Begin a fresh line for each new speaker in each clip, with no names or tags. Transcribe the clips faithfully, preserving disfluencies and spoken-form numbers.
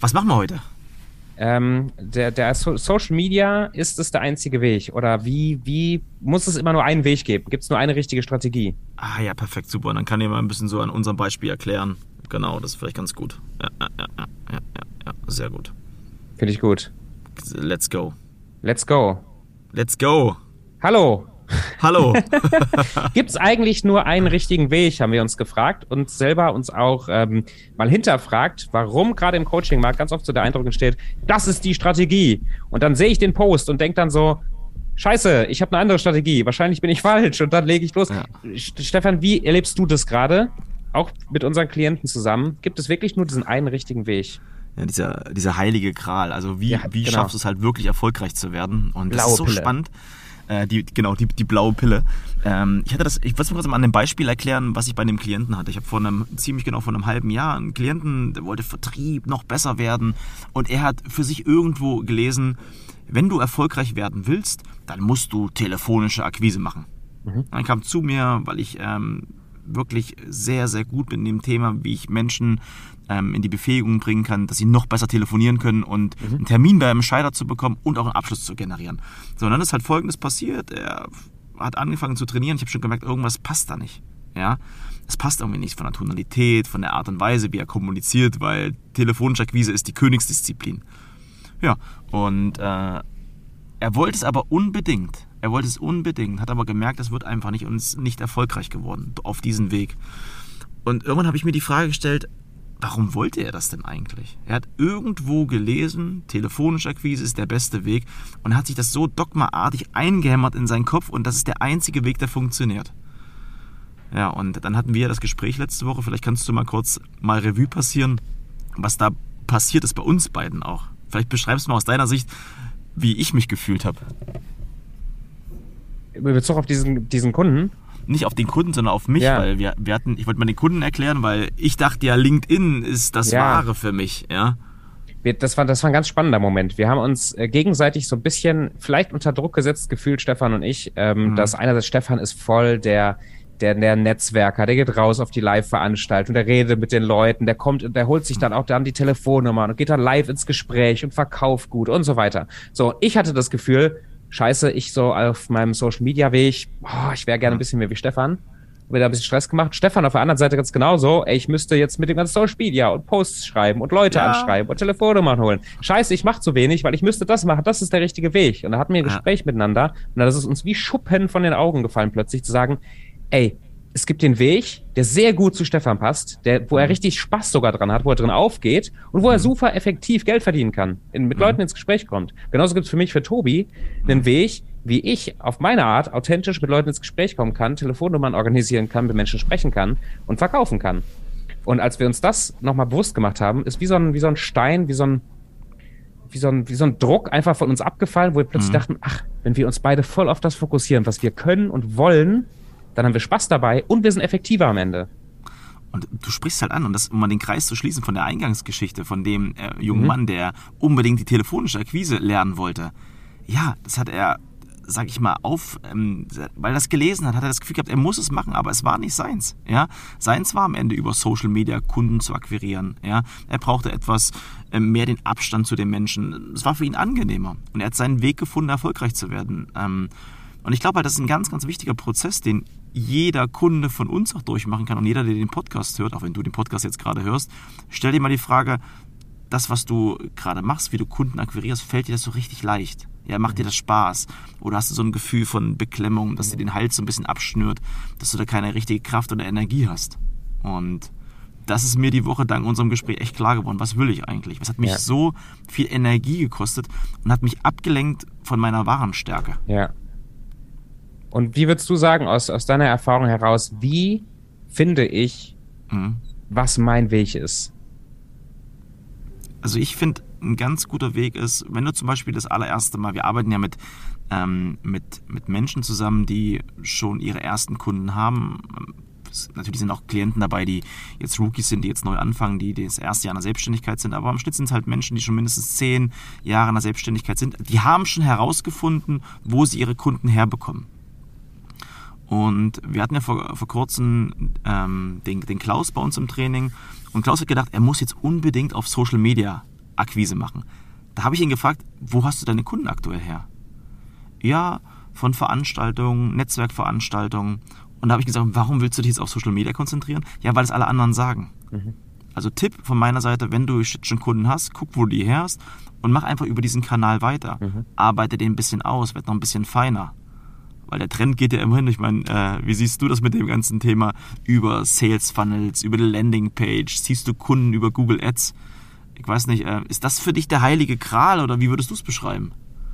Was machen wir heute?
Ähm, der, der so Social Media, ist es der einzige Weg? Oder wie, wie muss es immer nur einen Weg geben? Gibt es nur eine richtige Strategie?
Ah ja, perfekt, super. Und dann kann ich mal ein bisschen so an unserem Beispiel erklären. Genau, das ist vielleicht ganz gut. Ja, ja, ja, ja, ja, ja, sehr gut.
Finde ich gut.
Let's go.
Let's go.
Let's go.
Hallo.
Hallo.
Gibt es eigentlich nur einen richtigen Weg, haben wir uns gefragt und selber uns auch ähm, mal hinterfragt, warum gerade im Coaching-Markt ganz oft so der Eindruck entsteht, das ist die Strategie. Und dann sehe ich den Post und denke dann so, scheiße, ich habe eine andere Strategie, wahrscheinlich bin ich falsch und dann lege ich los. Ja. Stefan, wie erlebst du das gerade? Auch mit unseren Klienten zusammen. Gibt es wirklich nur diesen einen richtigen Weg?
Ja, dieser, dieser heilige Gral. Also wie,
ja,
wie
genau.
schaffst du es halt wirklich erfolgreich zu werden? Und das
Blaue
ist so
Pille.
spannend. Äh, die, genau, die, die blaue Pille. Ähm, ich hatte das, ich wollte es mir kurz mal an einem Beispiel erklären, was ich bei einem Klienten hatte. Ich habe vor einem, ziemlich genau vor einem halben Jahr einen Klienten, der wollte Vertrieb noch besser werden. Und er hat für sich irgendwo gelesen, wenn du erfolgreich werden willst, dann musst du telefonische Akquise machen. Mhm. Dann kam zu mir, weil ich ähm, wirklich sehr, sehr gut bin in dem Thema, wie ich Menschen ähm, in die Befähigung bringen kann, dass sie noch besser telefonieren können und mhm. einen Termin beim Entscheider zu bekommen und auch einen Abschluss zu generieren. So, und dann ist halt Folgendes passiert. Er hat angefangen zu trainieren. Ich habe schon gemerkt, irgendwas passt da nicht. Ja, es passt irgendwie nicht von der Tonalität, von der Art und Weise, wie er kommuniziert, weil telefonische Akquise ist die Königsdisziplin. Ja, und äh, er wollte es aber unbedingt. Er wollte es unbedingt, hat aber gemerkt, es wird einfach nicht und ist nicht erfolgreich geworden auf diesem Weg. Und irgendwann habe ich mir die Frage gestellt, warum wollte er das denn eigentlich? Er hat irgendwo gelesen, telefonische Akquise ist der beste Weg und hat sich das so dogmaartig eingehämmert in seinen Kopf und das ist der einzige Weg, der funktioniert. Ja, und dann hatten wir das Gespräch letzte Woche, vielleicht kannst du mal kurz mal Revue passieren, was da passiert ist bei uns beiden auch. Vielleicht beschreibst du mal aus deiner Sicht, wie ich mich gefühlt habe.
In Bezug auf diesen, diesen Kunden?
Nicht auf den Kunden, sondern auf mich, ja. weil wir, wir hatten, ich wollte mal den Kunden erklären, weil ich dachte ja, LinkedIn ist das ja. Wahre für mich, ja.
Wir, das war, das war ein ganz spannender Moment. Wir haben uns äh, gegenseitig so ein bisschen vielleicht unter Druck gesetzt gefühlt, Stefan und ich, ähm, mhm. dass einerseits Stefan ist voll der, der, der Netzwerker, der geht raus auf die Live-Veranstaltung, der redet mit den Leuten, der kommt und der holt sich dann auch dann die Telefonnummer und geht dann live ins Gespräch und verkauft gut und so weiter. So, ich hatte das Gefühl, scheiße, ich so auf meinem Social-Media-Weg, oh, ich wäre gerne ein bisschen mehr wie Stefan. Hab mir da ein bisschen Stress gemacht. Stefan auf der anderen Seite ganz genauso. Ey, ich müsste jetzt mit dem ganzen Social-Media und Posts schreiben und Leute ja. anschreiben und Telefonnummern holen. Scheiße, ich mache zu wenig, weil ich müsste das machen. Das ist der richtige Weg. Und da hatten wir ein ja. Gespräch miteinander und da ist es uns wie Schuppen von den Augen gefallen, plötzlich zu sagen, ey, es gibt den Weg, der sehr gut zu Stefan passt, der, wo er richtig Spaß sogar dran hat, wo er drin aufgeht und wo er super effektiv Geld verdienen kann, in, mit Leuten ins Gespräch kommt. Genauso gibt es für mich, für Tobi, einen Weg, wie ich auf meine Art authentisch mit Leuten ins Gespräch kommen kann, Telefonnummern organisieren kann, mit Menschen sprechen kann und verkaufen kann. Und als wir uns das nochmal bewusst gemacht haben, ist wie so ein, wie so ein Stein, wie so ein, wie so ein, wie so ein Druck einfach von uns abgefallen, wo wir plötzlich mhm. dachten, ach, wenn wir uns beide voll auf das fokussieren, was wir können und wollen, dann haben wir Spaß dabei und wir sind effektiver am Ende.
Und du sprichst halt an, und das, um mal den Kreis zu schließen von der Eingangsgeschichte, von dem äh, jungen
Mhm.
Mann, der unbedingt die telefonische Akquise lernen wollte. Ja, das hat er, sag ich mal, auf, ähm, weil er das gelesen hat, hat er das Gefühl gehabt, er muss es machen, aber es war nicht seins. Ja? Seins war am Ende über Social Media Kunden zu akquirieren. Ja? Er brauchte etwas ähm, mehr den Abstand zu den Menschen. Es war für ihn angenehmer. Und er hat seinen Weg gefunden, erfolgreich zu werden. Ähm, und ich glaube halt, das ist ein ganz, ganz wichtiger Prozess, den jeder Kunde von uns auch durchmachen kann und jeder, der den Podcast hört, auch wenn du den Podcast jetzt gerade hörst, stell dir mal die Frage, das, was du gerade machst, wie du Kunden akquirierst, fällt dir das so richtig leicht? Ja, macht dir das Spaß? Oder hast du so ein Gefühl von Beklemmung, dass dir den Hals so ein bisschen abschnürt, dass du da keine richtige Kraft oder Energie hast? Und das ist mir die Woche dank unserem Gespräch echt klar geworden. Was will ich eigentlich? Was hat mich
Ja.
so viel Energie gekostet und hat mich abgelenkt von meiner wahren Stärke?
Ja. Und wie würdest du sagen, aus, aus deiner Erfahrung heraus, wie finde ich,
Mhm.
was mein Weg ist?
Also ich finde, ein ganz guter Weg ist, wenn du zum Beispiel das allererste Mal, wir arbeiten ja mit, ähm, mit, mit Menschen zusammen, die schon ihre ersten Kunden haben. Natürlich sind auch Klienten dabei, die jetzt Rookies sind, die jetzt neu anfangen, die, die das erste Jahr in der Selbstständigkeit sind. Aber im Schnitt sind es halt Menschen, die schon mindestens zehn Jahre in der Selbstständigkeit sind. Die haben schon herausgefunden, wo sie ihre Kunden herbekommen. Und wir hatten ja vor, vor kurzem ähm, den, den Klaus bei uns im Training. Und Klaus hat gedacht, er muss jetzt unbedingt auf Social Media Akquise machen. Da habe ich ihn gefragt, wo hast du deine Kunden aktuell her? Ja, von Veranstaltungen, Netzwerkveranstaltungen. Und da habe ich gesagt, warum willst du dich jetzt auf Social Media konzentrieren? Ja, weil es alle anderen sagen. Mhm. Also Tipp von meiner Seite, wenn du schon Kunden hast, guck, wo du die her hast und mach einfach über diesen Kanal weiter. Mhm. Arbeite den ein bisschen aus, werd noch ein bisschen feiner. Weil der Trend geht ja immerhin. Ich meine, äh, wie siehst du das mit dem ganzen Thema über Sales Funnels, über die Landingpage? Siehst du Kunden über Google Ads? Ich weiß nicht, äh, ist das für dich der heilige Gral oder wie würdest du es beschreiben?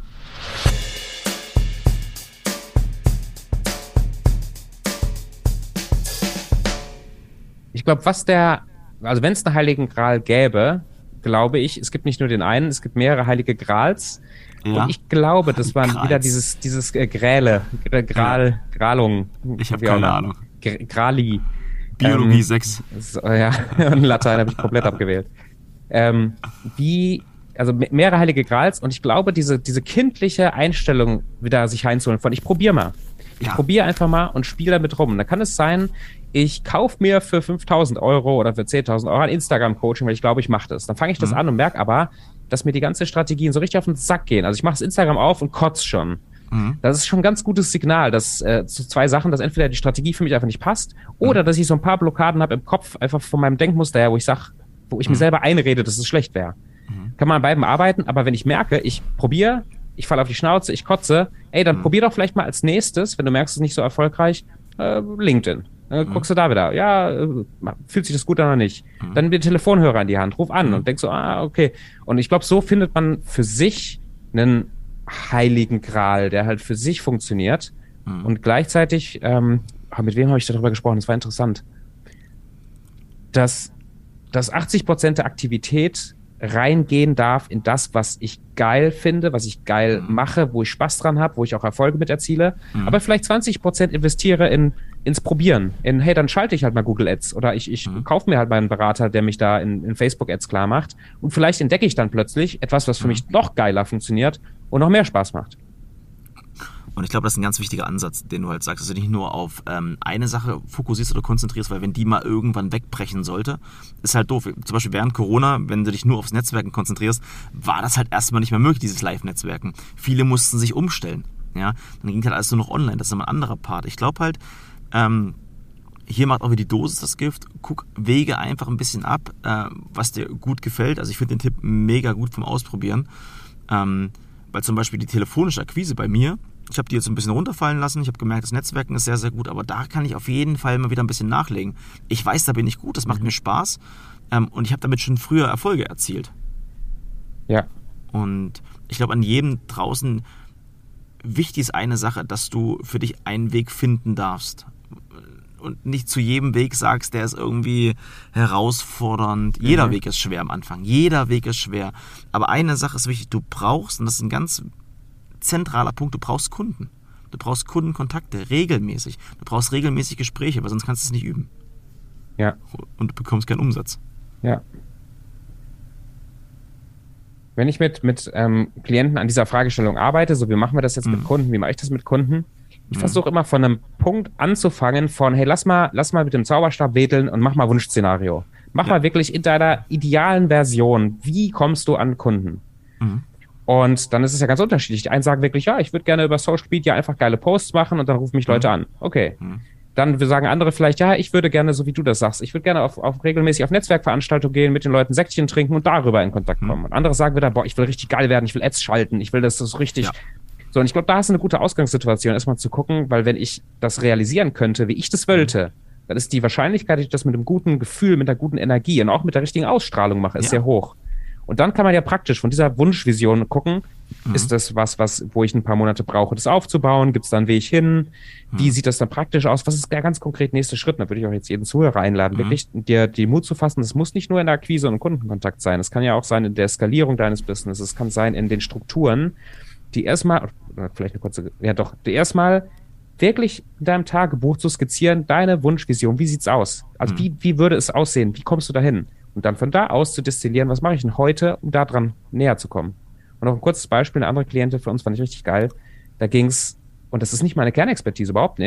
Ich glaube, was der, also wenn es einen heiligen Gral gäbe, glaube ich, es gibt nicht nur den einen, es gibt mehrere heilige Grals. Ja. Und ich glaube, das waren Grals. wieder dieses, dieses äh, Gräle, Gral, ja. Gralung.
Ich habe keine Ahnung.
Grali.
Biologie
ähm,
sechs.
So, ja, und Latein habe ich komplett abgewählt. Ähm, wie, also mehrere heilige Grals und ich glaube, diese, diese kindliche Einstellung wieder sich einzuholen von, ich probiere mal. Ich ja. probiere einfach mal und spiele damit rum. Da kann es sein, ich kaufe mir für fünftausend Euro oder für zehntausend Euro ein Instagram-Coaching, weil ich glaube, ich mache das. Dann fange ich das mhm. an und merke aber, dass mir die ganzen Strategien so richtig auf den Sack gehen. Also ich mache das Instagram auf und kotze schon. Mhm. Das ist schon ein ganz gutes Signal, dass äh, zu zwei Sachen, dass entweder die Strategie für mich einfach nicht passt oder mhm. dass ich so ein paar Blockaden habe im Kopf, einfach von meinem Denkmuster her, wo ich sage, wo ich mhm. mir selber einrede, dass es schlecht wäre. Mhm. Kann man an beiden arbeiten, aber wenn ich merke, ich probiere, ich falle auf die Schnauze, ich kotze, ey, dann mhm. probier doch vielleicht mal als nächstes, wenn du merkst, es ist nicht so erfolgreich, äh, LinkedIn. Dann mhm. guckst du da wieder, ja, äh, fühlt sich das gut an oder nicht? Mhm. Dann den Telefonhörer in die Hand, ruf an mhm. und denkst so, ah, okay. Und ich glaube, so findet man für sich einen heiligen Gral, der halt für sich funktioniert. Mhm. Und gleichzeitig, ähm, mit wem habe ich darüber gesprochen? Das war interessant. Dass, dass achtzig Prozent der Aktivität reingehen darf in das, was ich geil finde, was ich geil mhm. mache, wo ich Spaß dran habe, wo ich auch Erfolge mit erziele, mhm. aber vielleicht zwanzig Prozent investiere in ins Probieren, in hey, dann schalte ich halt mal Google Ads oder ich, ich mhm. kaufe mir halt mal einen Berater, der mich da in, in Facebook Ads klar macht und vielleicht entdecke ich dann plötzlich etwas, was für mhm. mich noch geiler funktioniert und noch mehr Spaß macht.
Und ich glaube, das ist ein ganz wichtiger Ansatz, den du halt sagst, dass du nicht nur auf ähm, eine Sache fokussierst oder konzentrierst, weil wenn die mal irgendwann wegbrechen sollte, ist halt doof. Zum Beispiel während Corona, wenn du dich nur aufs Netzwerken konzentrierst, war das halt erstmal nicht mehr möglich, dieses Live-Netzwerken. Viele mussten sich umstellen. Ja? Dann ging halt alles nur noch online, das ist immer ein anderer Part. Ich glaube halt, ähm, hier macht auch wieder die Dosis das Gift. Guck, wege einfach ein bisschen ab, äh, was dir gut gefällt. Also ich finde den Tipp mega gut vom Ausprobieren. Ähm, weil zum Beispiel die telefonische Akquise bei mir, ich habe die jetzt ein bisschen runterfallen lassen. Ich habe gemerkt, das Netzwerken ist sehr, sehr gut. Aber da kann ich auf jeden Fall mal wieder ein bisschen nachlegen. Ich weiß, da bin ich gut, das macht mhm. mir Spaß. Ähm, und ich habe damit schon früher Erfolge erzielt.
Ja.
Und ich glaube, an jedem draußen wichtig ist eine Sache, dass du für dich einen Weg finden darfst. Und nicht zu jedem Weg sagst, der ist irgendwie herausfordernd. Jeder mhm. Weg ist schwer am Anfang. Jeder Weg ist schwer. Aber eine Sache ist wichtig, du brauchst, und das ist ein ganz zentraler Punkt, du brauchst Kunden. Du brauchst Kundenkontakte, regelmäßig. Du brauchst regelmäßig Gespräche, weil sonst kannst du es nicht üben.
Ja.
Und du bekommst keinen Umsatz.
Ja. Wenn ich mit, mit ähm, Klienten an dieser Fragestellung arbeite, so wie machen wir das jetzt mhm. mit Kunden, wie mache ich das mit Kunden? Ich mhm. versuche immer von einem Punkt anzufangen von, hey, lass mal, lass mal mit dem Zauberstab wedeln und mach mal Wunschszenario. Mach ja. mal wirklich in deiner idealen Version, wie kommst du an Kunden? Mhm. Und dann ist es ja ganz unterschiedlich. Die einen sagen wirklich, ja, ich würde gerne über Social Media einfach geile Posts machen und dann rufen mich mhm. Leute an. Okay. Mhm. Dann sagen andere vielleicht, ja, ich würde gerne, so wie du das sagst, ich würde gerne auf, auf regelmäßig auf Netzwerkveranstaltungen gehen, mit den Leuten Säckchen trinken und darüber in Kontakt kommen. Mhm. Und andere sagen wieder, boah, ich will richtig geil werden, ich will Ads schalten, ich will, dass das richtig... Ja. So, und ich glaube, da ist eine gute Ausgangssituation, erstmal zu gucken, weil wenn ich das realisieren könnte, wie ich das wollte, dann ist die Wahrscheinlichkeit, dass ich das mit einem guten Gefühl, mit einer guten Energie und auch mit der richtigen Ausstrahlung mache, ist ja. sehr hoch. Und dann kann man ja praktisch von dieser Wunschvision gucken, mhm. ist das was, was, wo ich ein paar Monate brauche, das aufzubauen? Gibt es da einen Weg hin? Mhm. Wie sieht das dann praktisch aus? Was ist der ganz konkret nächste Schritt? Da würde ich auch jetzt jeden Zuhörer einladen, mhm. wirklich dir die Mut zu fassen. Das muss nicht nur in der Akquise und Kundenkontakt sein. Es kann ja auch sein in der Skalierung deines Business. Es kann sein in den Strukturen, die erstmal, vielleicht eine kurze, ja doch, die erstmal wirklich in deinem Tagebuch zu skizzieren, deine Wunschvision. Wie sieht's aus? Also mhm. wie, wie würde es aussehen? Wie kommst du dahin? Und dann von da aus zu destillieren, was mache ich denn heute, um da dran näher zu kommen? Und noch ein kurzes Beispiel, eine andere Klientin von uns fand ich richtig geil. Da ging's, und das ist nicht meine Kernexpertise, überhaupt nicht,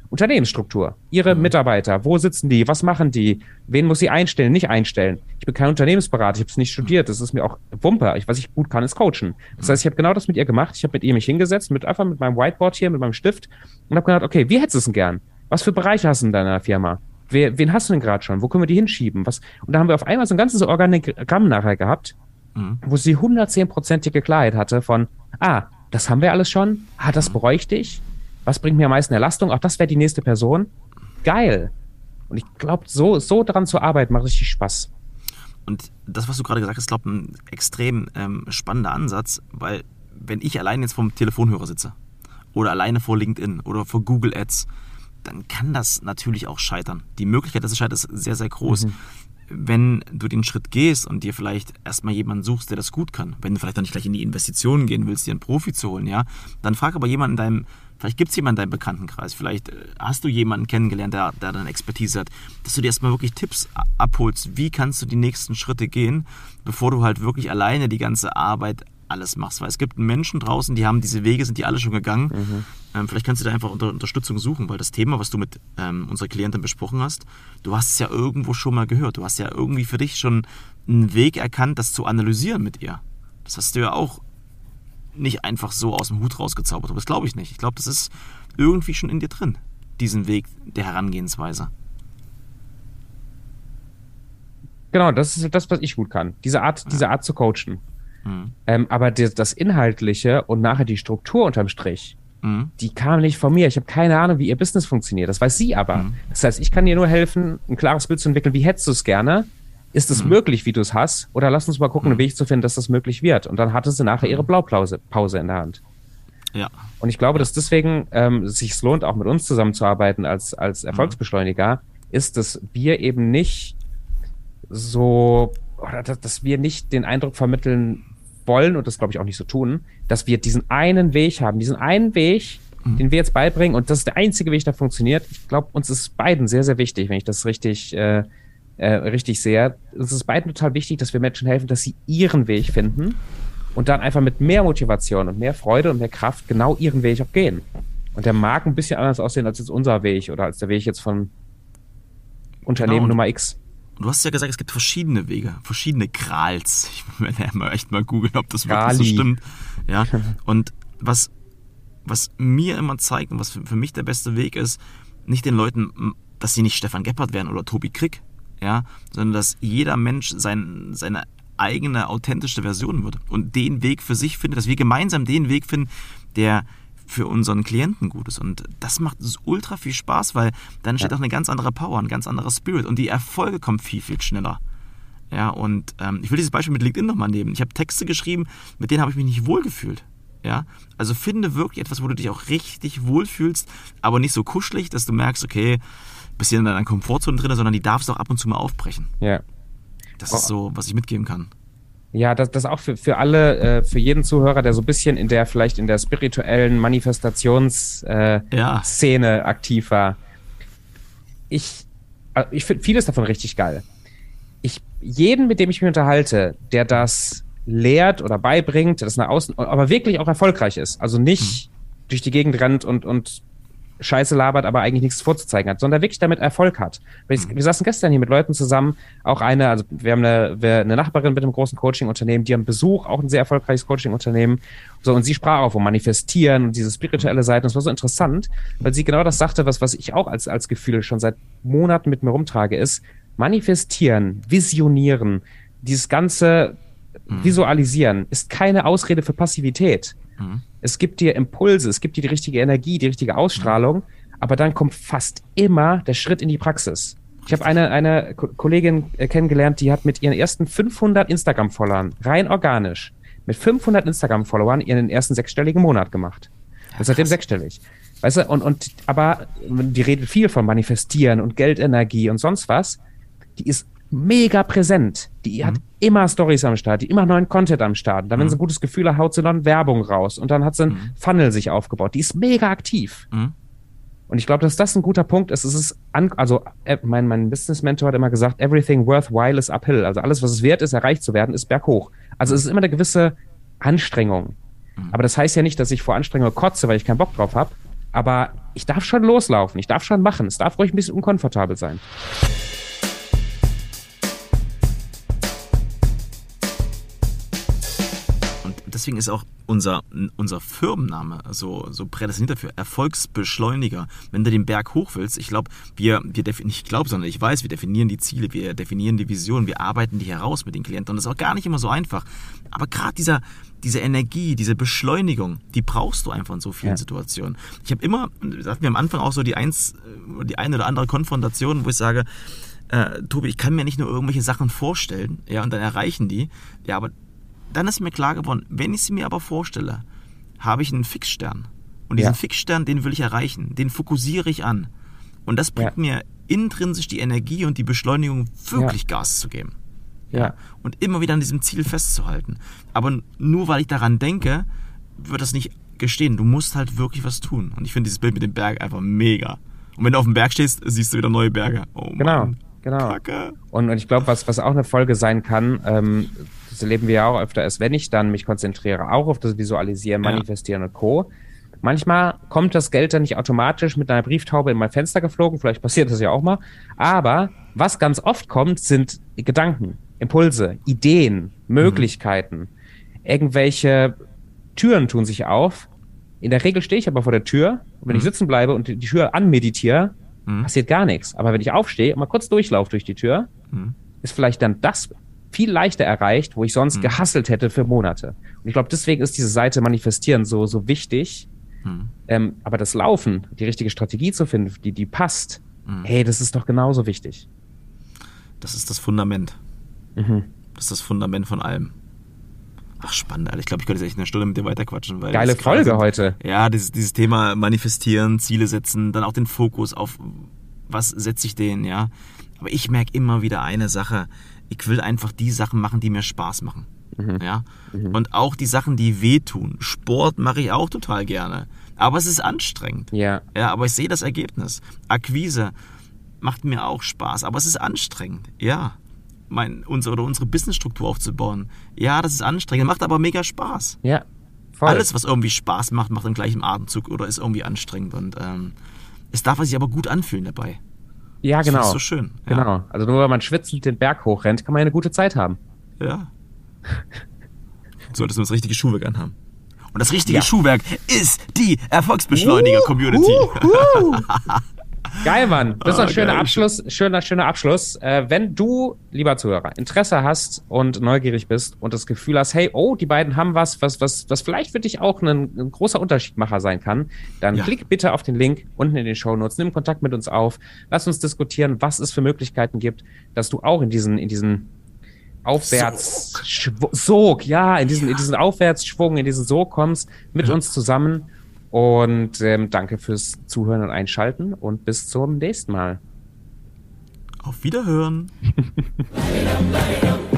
Unternehmensstruktur. Ihre mhm. Mitarbeiter, wo sitzen die, was machen die, wen muss sie einstellen, nicht einstellen. Ich bin kein Unternehmensberater, ich habe es nicht studiert, das ist mir auch Wumpe. Ich, was ich gut kann, ist coachen. Das heißt, ich habe genau das mit ihr gemacht. Ich habe mit ihr mich hingesetzt, mit einfach mit meinem Whiteboard hier, mit meinem Stift und habe gedacht, okay, wie hättest du es denn gern? Was für Bereiche hast du in deiner Firma? Wer, wen hast du denn gerade schon? Wo können wir die hinschieben? Was? Und da haben wir auf einmal so ein ganzes Organigramm nachher gehabt, mhm. wo sie hundertzehnprozentige Klarheit hatte von, ah, das haben wir alles schon, ah, das bräuchte ich, was bringt mir am meisten Erlastung, ach, das wäre die nächste Person. Geil. Und ich glaube, so, so daran zu arbeiten, macht richtig Spaß.
Und das, was du gerade gesagt hast, glaube ich, ein extrem ähm, spannender Ansatz, weil wenn ich allein jetzt vom Telefonhörer sitze oder alleine vor LinkedIn oder vor Google Ads, dann kann das natürlich auch scheitern. Die Möglichkeit, dass es scheitert, ist sehr, sehr groß. Mhm. Wenn du den Schritt gehst und dir vielleicht erstmal jemanden suchst, der das gut kann, wenn du vielleicht dann nicht gleich in die Investitionen gehen willst, dir einen Profi zu holen, ja, dann frag aber jemanden in deinem, vielleicht gibt es jemanden in deinem Bekanntenkreis, vielleicht hast du jemanden kennengelernt, der, der dann Expertise hat, dass du dir erstmal wirklich Tipps abholst, wie kannst du die nächsten Schritte gehen, bevor du halt wirklich alleine die ganze Arbeit alles machst, weil es gibt Menschen draußen, die haben diese Wege, sind die alle schon gegangen. Mhm. Ähm, vielleicht kannst du da einfach unter Unterstützung suchen, weil das Thema, was du mit ähm, unserer Klientin besprochen hast, du hast es ja irgendwo schon mal gehört. Du hast ja irgendwie für dich schon einen Weg erkannt, das zu analysieren mit ihr. Das hast du ja auch nicht einfach so aus dem Hut rausgezaubert. Aber das glaube ich nicht. Ich glaube, das ist irgendwie schon in dir drin, diesen Weg der Herangehensweise.
Genau, das ist das, was ich gut kann. Diese Art, ja. diese Art zu coachen. Mhm. Ähm, aber die, das Inhaltliche und nachher die Struktur unterm Strich, mhm. die kam nicht von mir. Ich habe keine Ahnung, wie ihr Business funktioniert. Das weiß sie aber. Mhm. Das heißt, ich kann dir nur helfen, ein klares Bild zu entwickeln. Wie hättest du es gerne? Ist es mhm. möglich, wie du es hast? Oder lass uns mal gucken, einen Weg zu finden, dass das möglich wird. Und dann hatte sie nachher ihre Blaupause Pause in der Hand.
Ja.
Und ich glaube, dass deswegen ähm, sich lohnt, auch mit uns zusammenzuarbeiten als, als Erfolgsbeschleuniger, ist, dass wir eben nicht so, oder dass, dass wir nicht den Eindruck vermitteln wollen, und das glaube ich auch nicht so tun, dass wir diesen einen Weg haben, diesen einen Weg, mhm. den wir jetzt beibringen, und das ist der einzige Weg, der funktioniert. Ich glaube, uns ist beiden sehr, sehr wichtig, wenn ich das richtig, äh, äh, richtig sehe. Uns ist beiden total wichtig, dass wir Menschen helfen, dass sie ihren Weg finden und dann einfach mit mehr Motivation und mehr Freude und mehr Kraft genau ihren Weg auch gehen. Und der mag ein bisschen anders aussehen als jetzt unser Weg oder als der Weg jetzt von Unternehmen genau. Nummer X.
Du hast ja gesagt, es gibt verschiedene Wege, verschiedene Grals. Ich werde ja mal echt mal googeln, ob das wirklich
Grali.
so stimmt. Ja. Und was, was mir immer zeigt und was für, für mich der beste Weg ist, nicht den Leuten, dass sie nicht Stefan Gebhardt werden oder Tobi Krick, ja, sondern dass jeder Mensch sein, seine eigene authentische Version wird und den Weg für sich findet, dass wir gemeinsam den Weg finden, der für unseren Klienten gut ist. Und das macht ultra viel Spaß, weil dann steht ja. auch eine ganz andere Power, ein ganz anderer Spirit und die Erfolge kommen viel, viel schneller. Ja, und ähm, ich will dieses Beispiel mit LinkedIn nochmal nehmen. Ich habe Texte geschrieben, mit denen habe ich mich nicht wohlgefühlt. Ja, also finde wirklich etwas, wo du dich auch richtig wohlfühlst, aber nicht so kuschelig, dass du merkst, okay, bist hier in deiner Komfortzone drin, sondern die darfst du auch ab und zu mal aufbrechen.
Ja.
Das ist so, was ich mitgeben kann.
Ja, das, das auch für, für alle, äh, für jeden Zuhörer, der so ein bisschen in der, vielleicht in der spirituellen Manifestationsszene äh, ja. Szene aktiv war. Ich, also ich finde vieles davon richtig geil. Ich, jeden, mit dem ich mich unterhalte, der das lehrt oder beibringt, der das nach außen, aber wirklich auch erfolgreich ist, also nicht mhm. durch die Gegend rennt und, und Scheiße labert, aber eigentlich nichts vorzuzeigen hat, sondern wirklich damit Erfolg hat. Wir, wir saßen gestern hier mit Leuten zusammen, auch eine, also wir haben eine, wir, eine Nachbarin mit einem großen Coaching-Unternehmen, die haben Besuch, auch ein sehr erfolgreiches Coaching-Unternehmen, so, und sie sprach auch vom Manifestieren und diese spirituelle Seite, und es war so interessant, weil sie genau das sagte, was, was ich auch als, als Gefühl schon seit Monaten mit mir rumtrage, ist Manifestieren, Visionieren, dieses ganze Visualisieren ist keine Ausrede für Passivität. Mhm. Es gibt dir Impulse, es gibt dir die richtige Energie, die richtige Ausstrahlung, mhm. aber dann kommt fast immer der Schritt in die Praxis. Ich habe eine, eine Kollegin kennengelernt, die hat mit ihren ersten fünfhundert Instagram-Followern, rein organisch, mit fünfhundert Instagram-Followern ihren ersten sechsstelligen Monat gemacht. Ja, und seitdem sechsstellig. Weißt du, und, und, aber die redet viel von Manifestieren und Geldenergie und sonst was. Die ist mega präsent. Die mhm. hat immer Storys am Start, die immer neuen Content am Start. Und dann, wenn mhm. sie ein gutes Gefühl hat, haut sie dann Werbung raus. Und dann hat sie einen mhm. Funnel sich aufgebaut. Die ist mega aktiv. Mhm. Und ich glaube, dass das ein guter Punkt ist. Es ist, an, also mein, mein Business-Mentor hat immer gesagt, everything worthwhile is uphill. Also alles, was es wert ist, erreicht zu werden, ist berghoch. Also es ist immer eine gewisse Anstrengung. Mhm. Aber das heißt ja nicht, dass ich vor Anstrengung kotze, weil ich keinen Bock drauf habe. aber ich darf schon loslaufen, ich darf schon machen, es darf ruhig ein bisschen unkomfortabel sein.
Deswegen ist auch unser, unser Firmenname so, so prädestiniert dafür, Erfolgsbeschleuniger. Wenn du den Berg hoch willst, ich glaube, wir, wir definieren, nicht glaube, sondern ich weiß, wir definieren die Ziele, wir definieren die Vision, wir arbeiten die heraus mit den Klienten und das ist auch gar nicht immer so einfach. Aber gerade dieser, diese Energie, diese Beschleunigung, die brauchst du einfach in so vielen ja. Situationen. Ich habe immer, das hatten wir am Anfang auch so die, eins, die eine oder andere Konfrontation, wo ich sage, äh, Tobi, ich kann mir nicht nur irgendwelche Sachen vorstellen, ja, und dann erreichen die, ja, aber dann ist mir klar geworden, wenn ich sie mir aber vorstelle, habe ich einen Fixstern. Und diesen ja. Fixstern, den will ich erreichen. Den fokussiere ich an. Und das bringt ja. mir intrinsisch die Energie und die Beschleunigung, wirklich ja. Gas zu geben. Ja. ja. Und immer wieder an diesem Ziel festzuhalten. Aber nur weil ich daran denke, wird das nicht gestehen. Du musst halt wirklich was tun. Und ich finde dieses Bild mit dem Berg einfach mega. Und wenn du auf dem Berg stehst, siehst du wieder neue Berge. Oh Mann.
Genau. Genau.
Kacke.
Und, und ich glaube, was, was auch eine Folge sein kann, ähm, das erleben wir ja auch öfter, ist, wenn ich dann mich konzentriere, auch auf das Visualisieren, Manifestieren ja. und Co. Manchmal kommt das Geld dann nicht automatisch mit einer Brieftaube in mein Fenster geflogen, vielleicht passiert das ja auch mal, aber was ganz oft kommt, sind Gedanken, Impulse, Ideen, Möglichkeiten, mhm. irgendwelche Türen tun sich auf. In der Regel stehe ich aber vor der Tür und wenn mhm. ich sitzen bleibe und die Tür anmeditiere, mhm. passiert gar nichts. Aber wenn ich aufstehe und mal kurz durchlaufe durch die Tür, mhm. ist vielleicht dann das viel leichter erreicht, wo ich sonst mhm. gehasselt hätte für Monate. Und ich glaube, deswegen ist diese Seite Manifestieren so, so wichtig. Mhm. Ähm, aber das Laufen, die richtige Strategie zu finden, die, die passt, mhm. hey, das ist doch genauso wichtig.
Das ist das Fundament.
Mhm.
Das ist das Fundament von allem. Ach, spannend, Alter. Ich glaube, ich könnte jetzt echt eine Stunde mit dir weiterquatschen. Weil
Geile Folge sind, heute.
Ja, dieses, dieses Thema Manifestieren, Ziele setzen, dann auch den Fokus auf, was setze ich den, ja. Aber ich merke immer wieder eine Sache. Ich will einfach die Sachen machen, die mir Spaß machen. Mhm. Ja? Mhm. Und auch die Sachen, die wehtun. Sport mache ich auch total gerne. Aber es ist anstrengend.
Ja.
Ja, aber ich sehe das Ergebnis. Akquise macht mir auch Spaß, aber es ist anstrengend. Ja. Mein, unsere, oder unsere Businessstruktur aufzubauen. Ja, das ist anstrengend, macht aber mega Spaß.
Ja, voll.
Alles, was irgendwie Spaß macht, macht im gleichen Atemzug oder ist irgendwie anstrengend. Und ähm, es darf sich aber gut anfühlen dabei.
Ja, genau. Das
ist so schön. Ja.
Genau. Also nur weil man schwitzend den Berg hochrennt, kann man ja eine gute Zeit haben.
Ja. Solltest du das richtige Schuhwerk anhaben. Und das richtige
ja.
Schuhwerk ist die Erfolgsbeschleuniger-Community.
Uh, uh, uh. Geil, Mann. Das ist ein
oh,
schöner
geil.
Abschluss. Schöner, schöner Abschluss. Äh, wenn du, lieber Zuhörer, Interesse hast und neugierig bist und das Gefühl hast, hey, oh, die beiden haben was, was, was, was vielleicht für dich auch ein, ein großer Unterschiedmacher sein kann, dann ja. klick bitte auf den Link unten in den Shownotes, nimm Kontakt mit uns auf, lass uns diskutieren, was es für Möglichkeiten gibt, dass du auch in diesen, in diesen Aufwärts Sog, Sog ja, in diesen, ja. in diesen Aufwärtsschwung, in diesen Sog kommst, mit ja. uns zusammen. Und ähm, danke fürs Zuhören und Einschalten und bis zum nächsten Mal.
Auf Wiederhören.